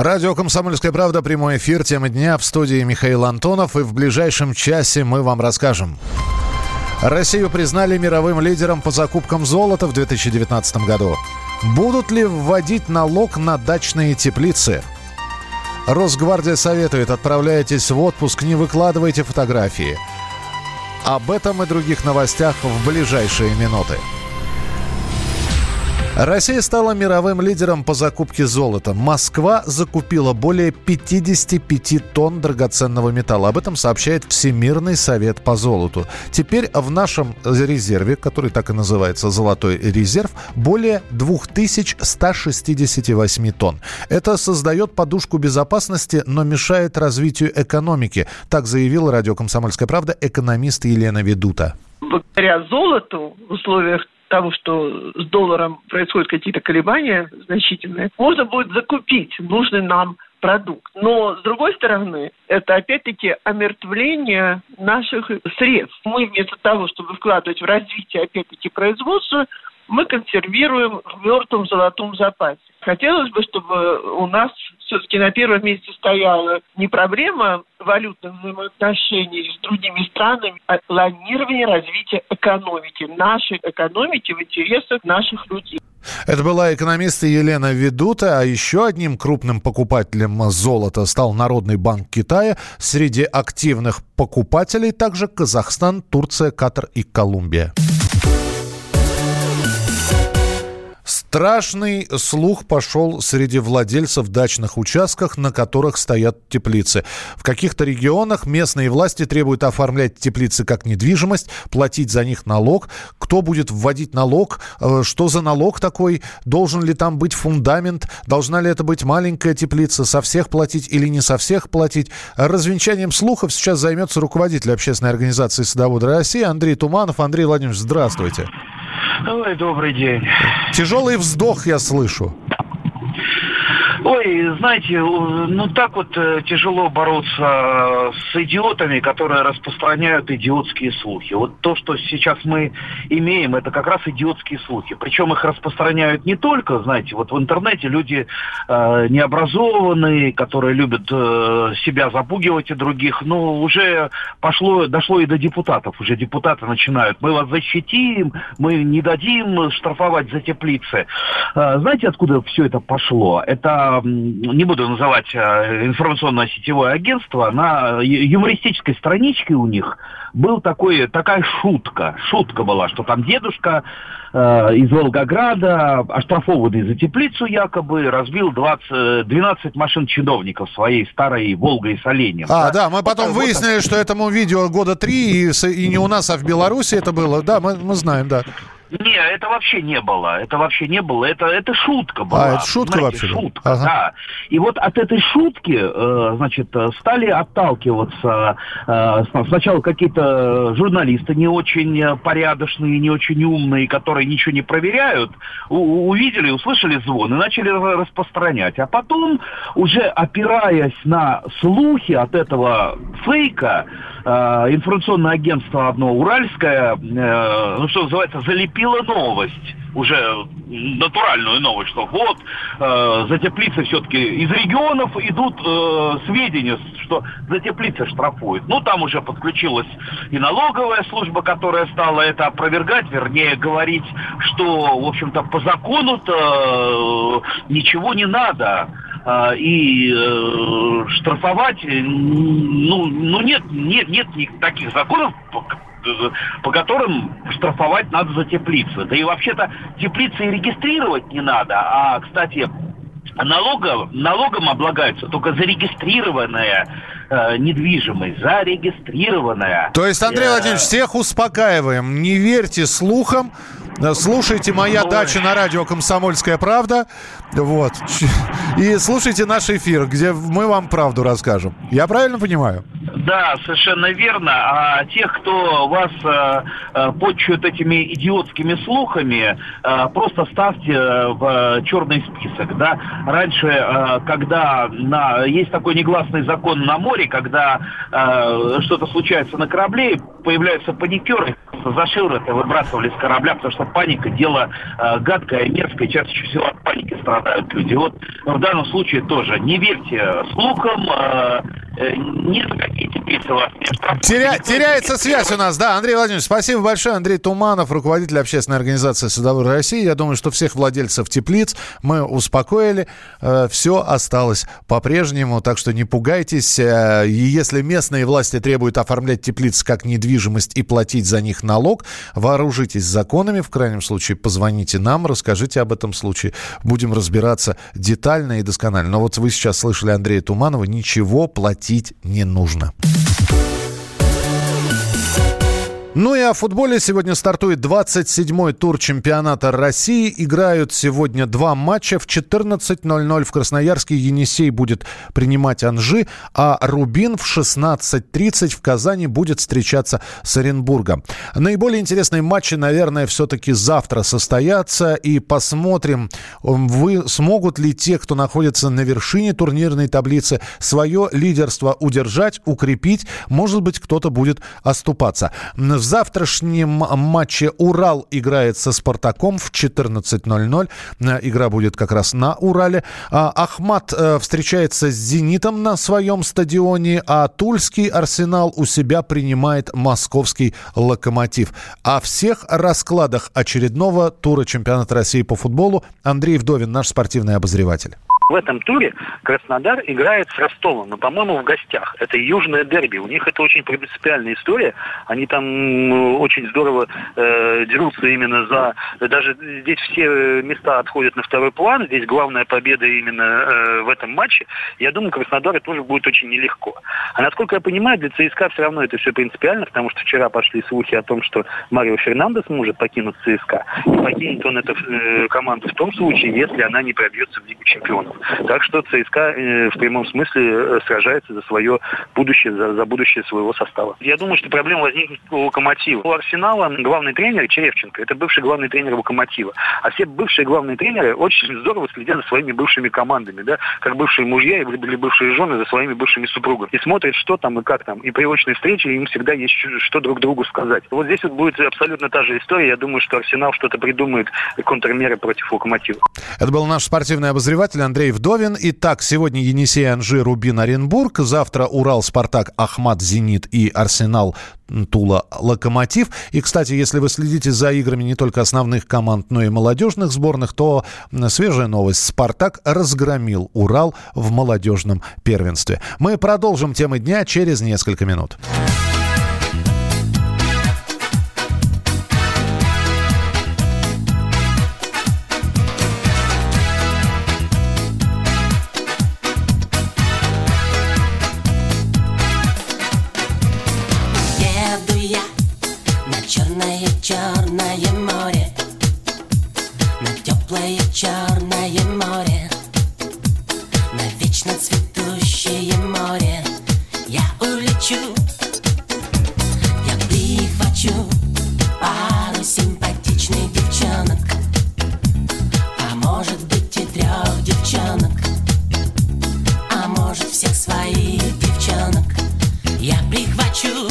Радио «Комсомольская правда», прямой эфир, тема дня, в студии Михаил Антонов. И в ближайшем часе мы вам расскажем. Россию признали мировым лидером по закупкам золота в 2019 году. Будут ли вводить налог на дачные теплицы? Росгвардия советует: отправляйтесь в отпуск, не выкладывайте фотографии. Об этом и других новостях в ближайшие минуты. Россия стала мировым лидером по закупке золота. Москва закупила более 55 тонн драгоценного металла. Об этом сообщает Всемирный совет по золоту. Теперь в нашем резерве, который так и называется «Золотой резерв», более 2168 тонн. Это создает подушку безопасности, но мешает развитию экономики. Так заявила радио «Комсомольская правда» экономист Елена Ведута. Благодаря золоту в условиях того, что с долларом происходят какие-то колебания значительные, можно будет закупить нужный нам продукт. Но, с другой стороны, это опять-таки омертвление наших средств. Мы вместо того, чтобы вкладывать в развитие, опять-таки, производства, мы консервируем в мертвом золотом запасе. Хотелось бы, чтобы у нас все-таки на первом месте стояла не проблема валютных взаимоотношений с другими странами, а планирование развития экономики, нашей экономики в интересах наших людей. Это была экономист Елена Ведута, а еще одним крупным покупателем золота стал Народный банк Китая. Среди активных покупателей также Казахстан, Турция, Катар и Колумбия. Страшный слух пошел среди владельцев дачных участков, на которых стоят теплицы. В каких-то регионах местные власти требуют оформлять теплицы как недвижимость, платить за них налог. Кто будет вводить налог? Что за налог такой? Должен ли там быть фундамент? Должна ли это быть маленькая теплица? Со всех платить или не со всех платить? Развенчанием слухов сейчас займется руководитель общественной организации «Садоводы России» Андрей Туманов. Андрей Владимирович, здравствуйте. Ой, добрый день. Тяжелый вздох я слышу. Ой, знаете, так вот тяжело бороться с идиотами, которые распространяют идиотские слухи. Вот то, что сейчас мы имеем, это как раз идиотские слухи. Причем их распространяют не только, знаете, вот в интернете люди необразованные, которые любят себя запугивать и других, уже дошло и до депутатов. Уже депутаты начинают: мы вас защитим, мы не дадим штрафовать за теплицы. Знаете, откуда все это пошло? Это, не буду называть информационное сетевое агентство, на юмористической страничке у них была такая шутка. Шутка была, что там дедушка из Волгограда, оштрафованный за теплицу якобы, разбил 12 машин чиновников своей старой Волгой с оленем. Да, мы потом выяснили, что этому видео года 3, и не у нас, а в Беларуси это было. Да, мы знаем, да. Не, это вообще не было. Это шутка была. Это шутка, знаете, вообще? Шутка, ага. Да. И вот от этой шутки, стали отталкиваться сначала какие-то журналисты не очень порядочные, не очень умные, которые ничего не проверяют, увидели, услышали звон и начали распространять. А потом, уже опираясь на слухи от этого фейка, информационное агентство одно уральское, что называется, залепило новость, уже натуральную новость, что вот за теплицы все-таки из регионов идут сведения, что за теплицы штрафуют. Там уже подключилась и налоговая служба, которая стала это опровергать, вернее говорить, что, в общем-то, по закону-то ничего не надо. И штрафовать, нет таких законов, по которым штрафовать надо за теплицы. Да и вообще-то теплицы и регистрировать не надо. А, кстати, налогом облагается только зарегистрированная недвижимость. Зарегистрированная. То есть, Андрей Владимирович, всех успокаиваем. Не верьте слухам. Слушайте «Моя дача» на радио «Комсомольская правда». Вот. И слушайте наш эфир, где мы вам правду расскажем. Я правильно понимаю? Да, совершенно верно. А тех, кто вас почуют этими идиотскими слухами, просто ставьте в черный список. Да? Раньше, когда есть такой негласный закон на море, когда что-то случается на корабле, появляются паникеры, за шиворот выбрасывали с корабля, потому что паника – дело гадкое, мерзкое, чаще всего от паники страдают люди. Вот в данном случае тоже не верьте слухам, не за какие теплицы вас не штрафуют. Теряется связь у нас, да. Андрей Владимирович, спасибо большое. Андрей Туманов, руководитель общественной организации «Садовод России». Я думаю, что всех владельцев теплиц мы успокоили. Все осталось по-прежнему, так что не пугайтесь. И если местные власти требуют оформлять теплицы как недвижимость и платить за них налог, вооружитесь законами. В крайнем случае позвоните нам, расскажите об этом случае. Будем разбираться детально и досконально. Но вот вы сейчас слышали Андрея Туманова. Ничего платить не нужно. Ну и о футболе. Сегодня стартует 27-й тур чемпионата России. Играют сегодня два матча. В 14:00 в Красноярске Енисей будет принимать Анжи, а Рубин в 16:30 в Казани будет встречаться с Оренбургом. Наиболее интересные матчи, наверное, все-таки завтра состоятся. И посмотрим, смогут ли те, кто находится на вершине турнирной таблицы, свое лидерство удержать, укрепить. Может быть, кто-то будет оступаться. В завтрашнем матче Урал играет со Спартаком в 14:00. Игра будет как раз на Урале. Ахмат встречается с Зенитом на своем стадионе, а Тульский Арсенал у себя принимает московский Локомотив. О всех раскладах очередного тура чемпионата России по футболу Андрей Вдовин, наш спортивный обозреватель. В этом туре Краснодар играет с Ростовом, но, по-моему, в гостях. Это южное дерби. У них это очень принципиальная история. Они там очень здорово дерутся именно за... Даже здесь все места отходят на второй план. Здесь главная победа именно в этом матче. Я думаю, Краснодару тоже будет очень нелегко. А насколько я понимаю, для ЦСКА все равно это все принципиально, потому что вчера пошли слухи о том, что Марио Фернандес может покинуть ЦСКА. И покинет он эту команду в том случае, если она не пробьется в Лигу чемпионов. Так что ЦСКА в прямом смысле сражается за свое будущее, за будущее своего состава. Я думаю, что проблема возникнет у Локомотива. У Арсенала главный тренер Черевченко, это бывший главный тренер Локомотива. А все бывшие главные тренеры очень здорово следят за своими бывшими командами, да, как бывшие мужья или бывшие жены за своими бывшими супругами. И смотрят, что там и как там. И при очной встрече им всегда есть что друг другу сказать. Вот здесь вот будет абсолютно та же история. Я думаю, что Арсенал что-то придумает, контрмеры против Локомотива. Это был наш спортивный обозреватель Андрей Вдовин. Итак, сегодня Енисей, Анжи, Рубин, Оренбург. Завтра Урал, Спартак, Ахмат, Зенит и Арсенал, Тула, Локомотив. И, кстати, если вы следите за играми не только основных команд, но и молодежных сборных, то свежая новость. Спартак разгромил Урал в молодежном первенстве. Мы продолжим темы дня через несколько минут. Черное море, на теплое черное море, на вечно цветущее море. Я улечу, я прихвачу пару симпатичных девчонок, а может быть и 3 девчонок, а может всех своих девчонок. Я прихвачу.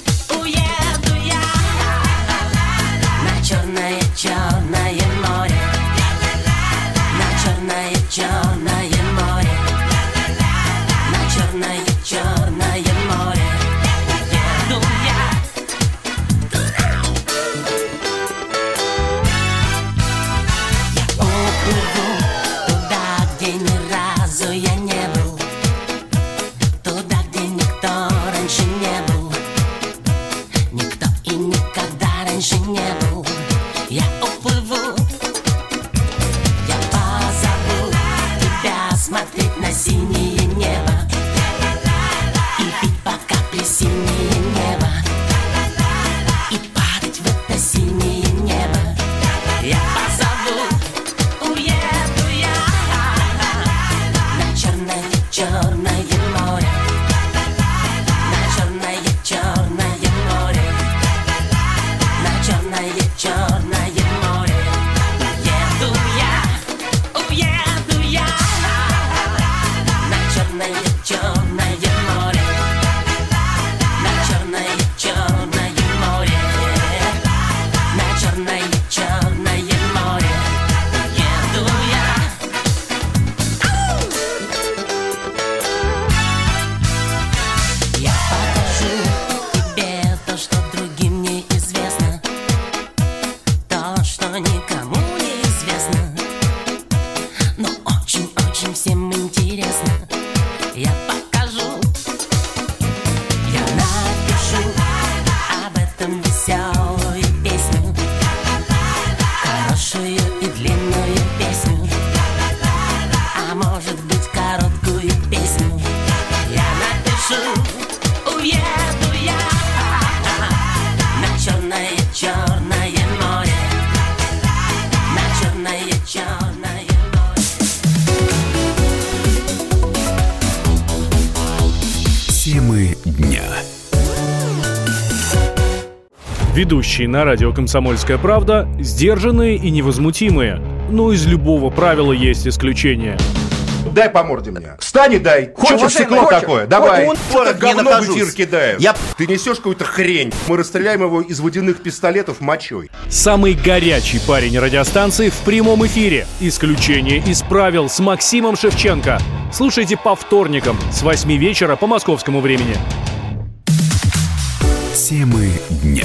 Черное море, на черное море, на черное море. Еду я. Я уплыву туда, где ни разу я не был, туда, где никто раньше не был, никто и никогда раньше не был. Я уплыву, я позову тебя смотреть на синее небо и пить по капле синее небо и падать в это синее небо. Я позову, уеду я на черное море, на Ведущие на радио «Комсомольская правда» сдержанные и невозмутимые. Но из любого правила есть исключение. Дай по морде мне. Встань и дай. Хочешь стекло такое? Давай. Вот говно в эфир кидаем. Ты несешь какую-то хрень. Мы расстреляем его из водяных пистолетов мочой. Самый горячий парень радиостанции в прямом эфире. Исключение из правил с Максимом Шевченко. Слушайте по вторникам с 8 вечера по московскому времени. Темы дня.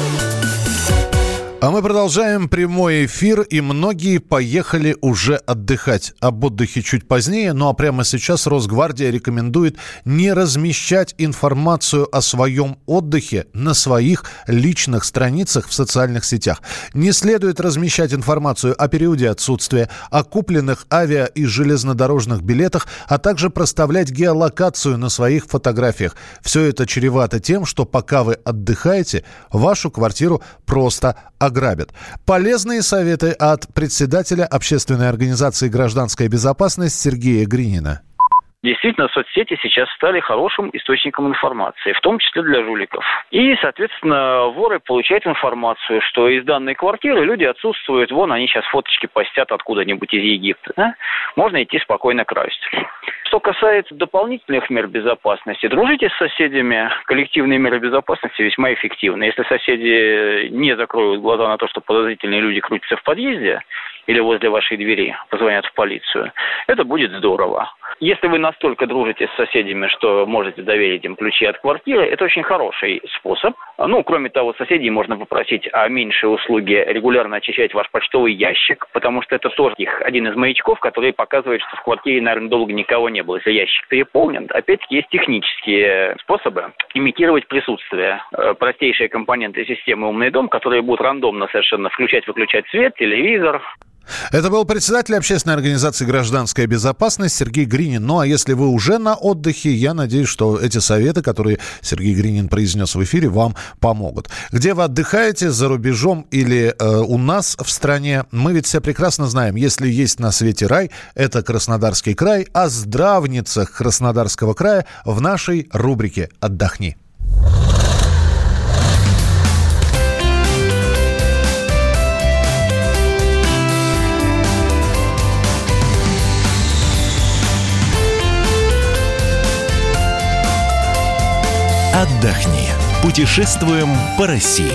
А мы продолжаем прямой эфир, и многие поехали уже отдыхать. Об отдыхе чуть позднее, ну а прямо сейчас Росгвардия рекомендует не размещать информацию о своем отдыхе на своих личных страницах в социальных сетях. Не следует размещать информацию о периоде отсутствия, о купленных авиа- и железнодорожных билетах, а также проставлять геолокацию на своих фотографиях. Все это чревато тем, что пока вы отдыхаете, вашу квартиру просто ограбят. Полезные советы от председателя общественной организации «Гражданская безопасность» Сергея Гринина. Действительно, соцсети сейчас стали хорошим источником информации, в том числе для жуликов. И, соответственно, воры получают информацию, что из данной квартиры люди отсутствуют. Вон, они сейчас фоточки постят откуда-нибудь из Египта. Да? Можно идти спокойно красть. Что касается дополнительных мер безопасности, дружите с соседями. Коллективные меры безопасности весьма эффективны. Если соседи не закроют глаза на то, что подозрительные люди крутятся в подъезде или возле вашей двери, позвонят в полицию, это будет здорово. Если вы настолько дружите с соседями, что можете доверить им ключи от квартиры, это очень хороший способ. Ну, кроме того, соседей можно попросить о меньшей услуге регулярно очищать ваш почтовый ящик, потому что это тоже один из маячков, который показывает, что в квартире, наверное, долго никого не было. Если ящик переполнен, опять-таки есть технические способы имитировать присутствие. Простейшие компоненты системы «Умный дом», которые будут рандомно совершенно включать-выключать свет, телевизор. Это был председатель общественной организации «Гражданская безопасность» Сергей Гринин. Ну, а если вы уже на отдыхе, я надеюсь, что эти советы, которые Сергей Гринин произнес в эфире, вам помогут. Где вы отдыхаете, за рубежом или у нас в стране, мы ведь все прекрасно знаем, если есть на свете рай, это Краснодарский край, о здравницах Краснодарского края в нашей рубрике «Отдохни». Отдохни. Путешествуем по России.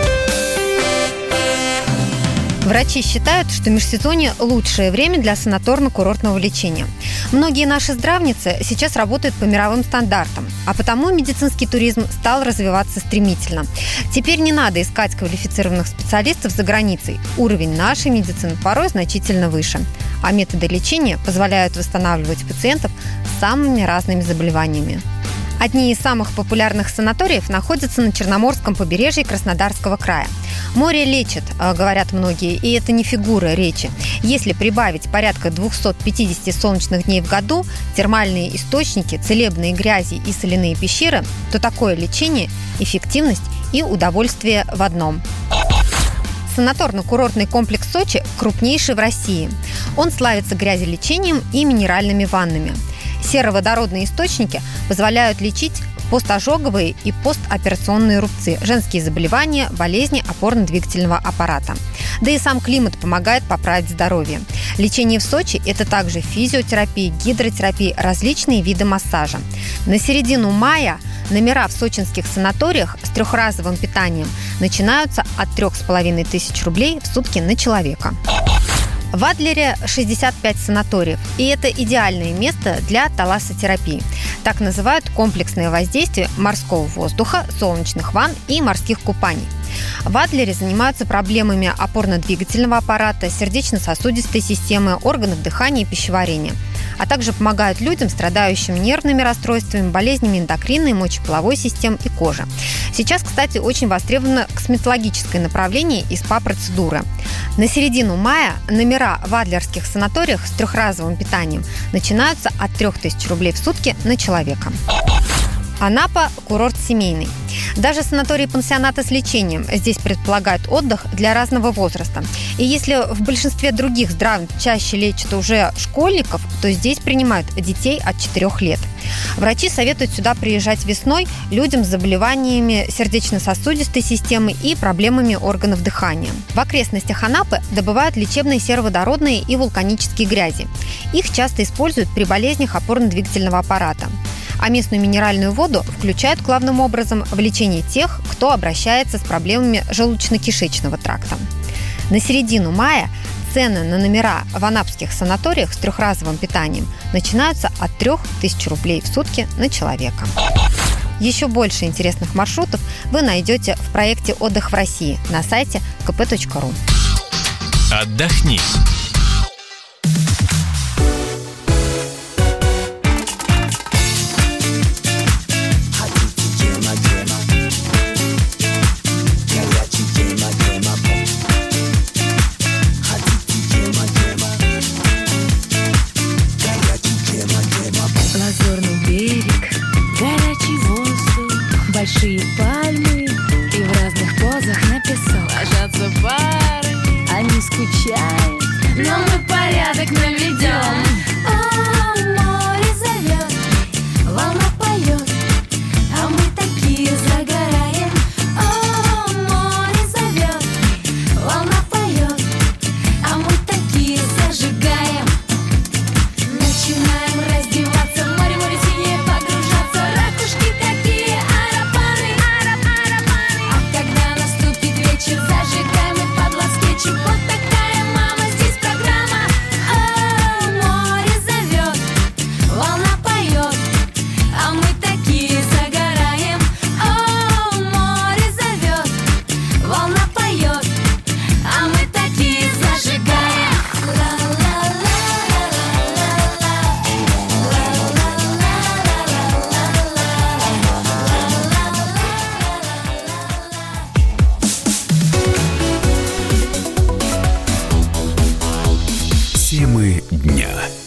Врачи считают, что межсезонье – лучшее время для санаторно-курортного лечения. Многие наши здравницы сейчас работают по мировым стандартам, а потому медицинский туризм стал развиваться стремительно. Теперь не надо искать квалифицированных специалистов за границей. Уровень нашей медицины порой значительно выше. А методы лечения позволяют восстанавливать пациентов с самыми разными заболеваниями. Одни из самых популярных санаториев находятся на Черноморском побережье Краснодарского края. Море лечит, говорят многие, и это не фигура речи. Если прибавить порядка 250 солнечных дней в году, термальные источники, целебные грязи и соляные пещеры, то такое лечение, эффективность и удовольствие в одном. Санаторно-курортный комплекс Сочи крупнейший в России. Он славится грязелечением и минеральными ваннами. Сероводородные источники позволяют лечить постожоговые и постоперационные рубцы, женские заболевания, болезни опорно-двигательного аппарата. Да и сам климат помогает поправить здоровье. Лечение в Сочи – это также физиотерапия, гидротерапия, различные виды массажа. На середину мая номера в сочинских санаториях с трехразовым питанием начинаются от 3500 рублей в сутки на человека. В Адлере 65 санаториев, и это идеальное место для талассотерапии. Так называют комплексное воздействие морского воздуха, солнечных ванн и морских купаний. В Адлере занимаются проблемами опорно-двигательного аппарата, сердечно-сосудистой системы, органов дыхания и пищеварения, а также помогают людям, страдающим нервными расстройствами, болезнями эндокринной, мочеполовой системы и кожи. Сейчас, кстати, очень востребовано косметологическое направление и СПА-процедуры. На середину мая номера в адлерских санаториях с трехразовым питанием начинаются от 3000 рублей в сутки на человека. Анапа – курорт семейный. Даже санатории и пансионаты с лечением здесь предполагают отдых для разного возраста. И если в большинстве других здравниц чаще лечат уже школьников, то здесь принимают детей от 4 лет. Врачи советуют сюда приезжать весной людям с заболеваниями сердечно-сосудистой системы и проблемами органов дыхания. В окрестностях Анапы добывают лечебные сероводородные и вулканические грязи. Их часто используют при болезнях опорно-двигательного аппарата. А местную минеральную воду включают главным образом в лечение тех, кто обращается с проблемами желудочно-кишечного тракта. На середину мая цены на номера в анапских санаториях с трехразовым питанием начинаются от 3000 рублей в сутки на человека. Еще больше интересных маршрутов вы найдете в проекте «Отдых в России» на сайте kp.ru. Отдохни. Большие пальмы и в разных позах на песок ложатся пары, они скучают, но мы порядок наведем. О, море зовет, волна поет, а мы такие загораем. О, море зовет, волна поет, а мы такие зажигаем. Начинаем раздеваться, море синее погружаться, ракушки такие. Зажигаем и подласкетчик. Вот такая, мама, здесь программа. О, море зовет, волна поет, а мы такие загораем. О, море зовет, волна поет, а мы такие зажигаем. Темы дня.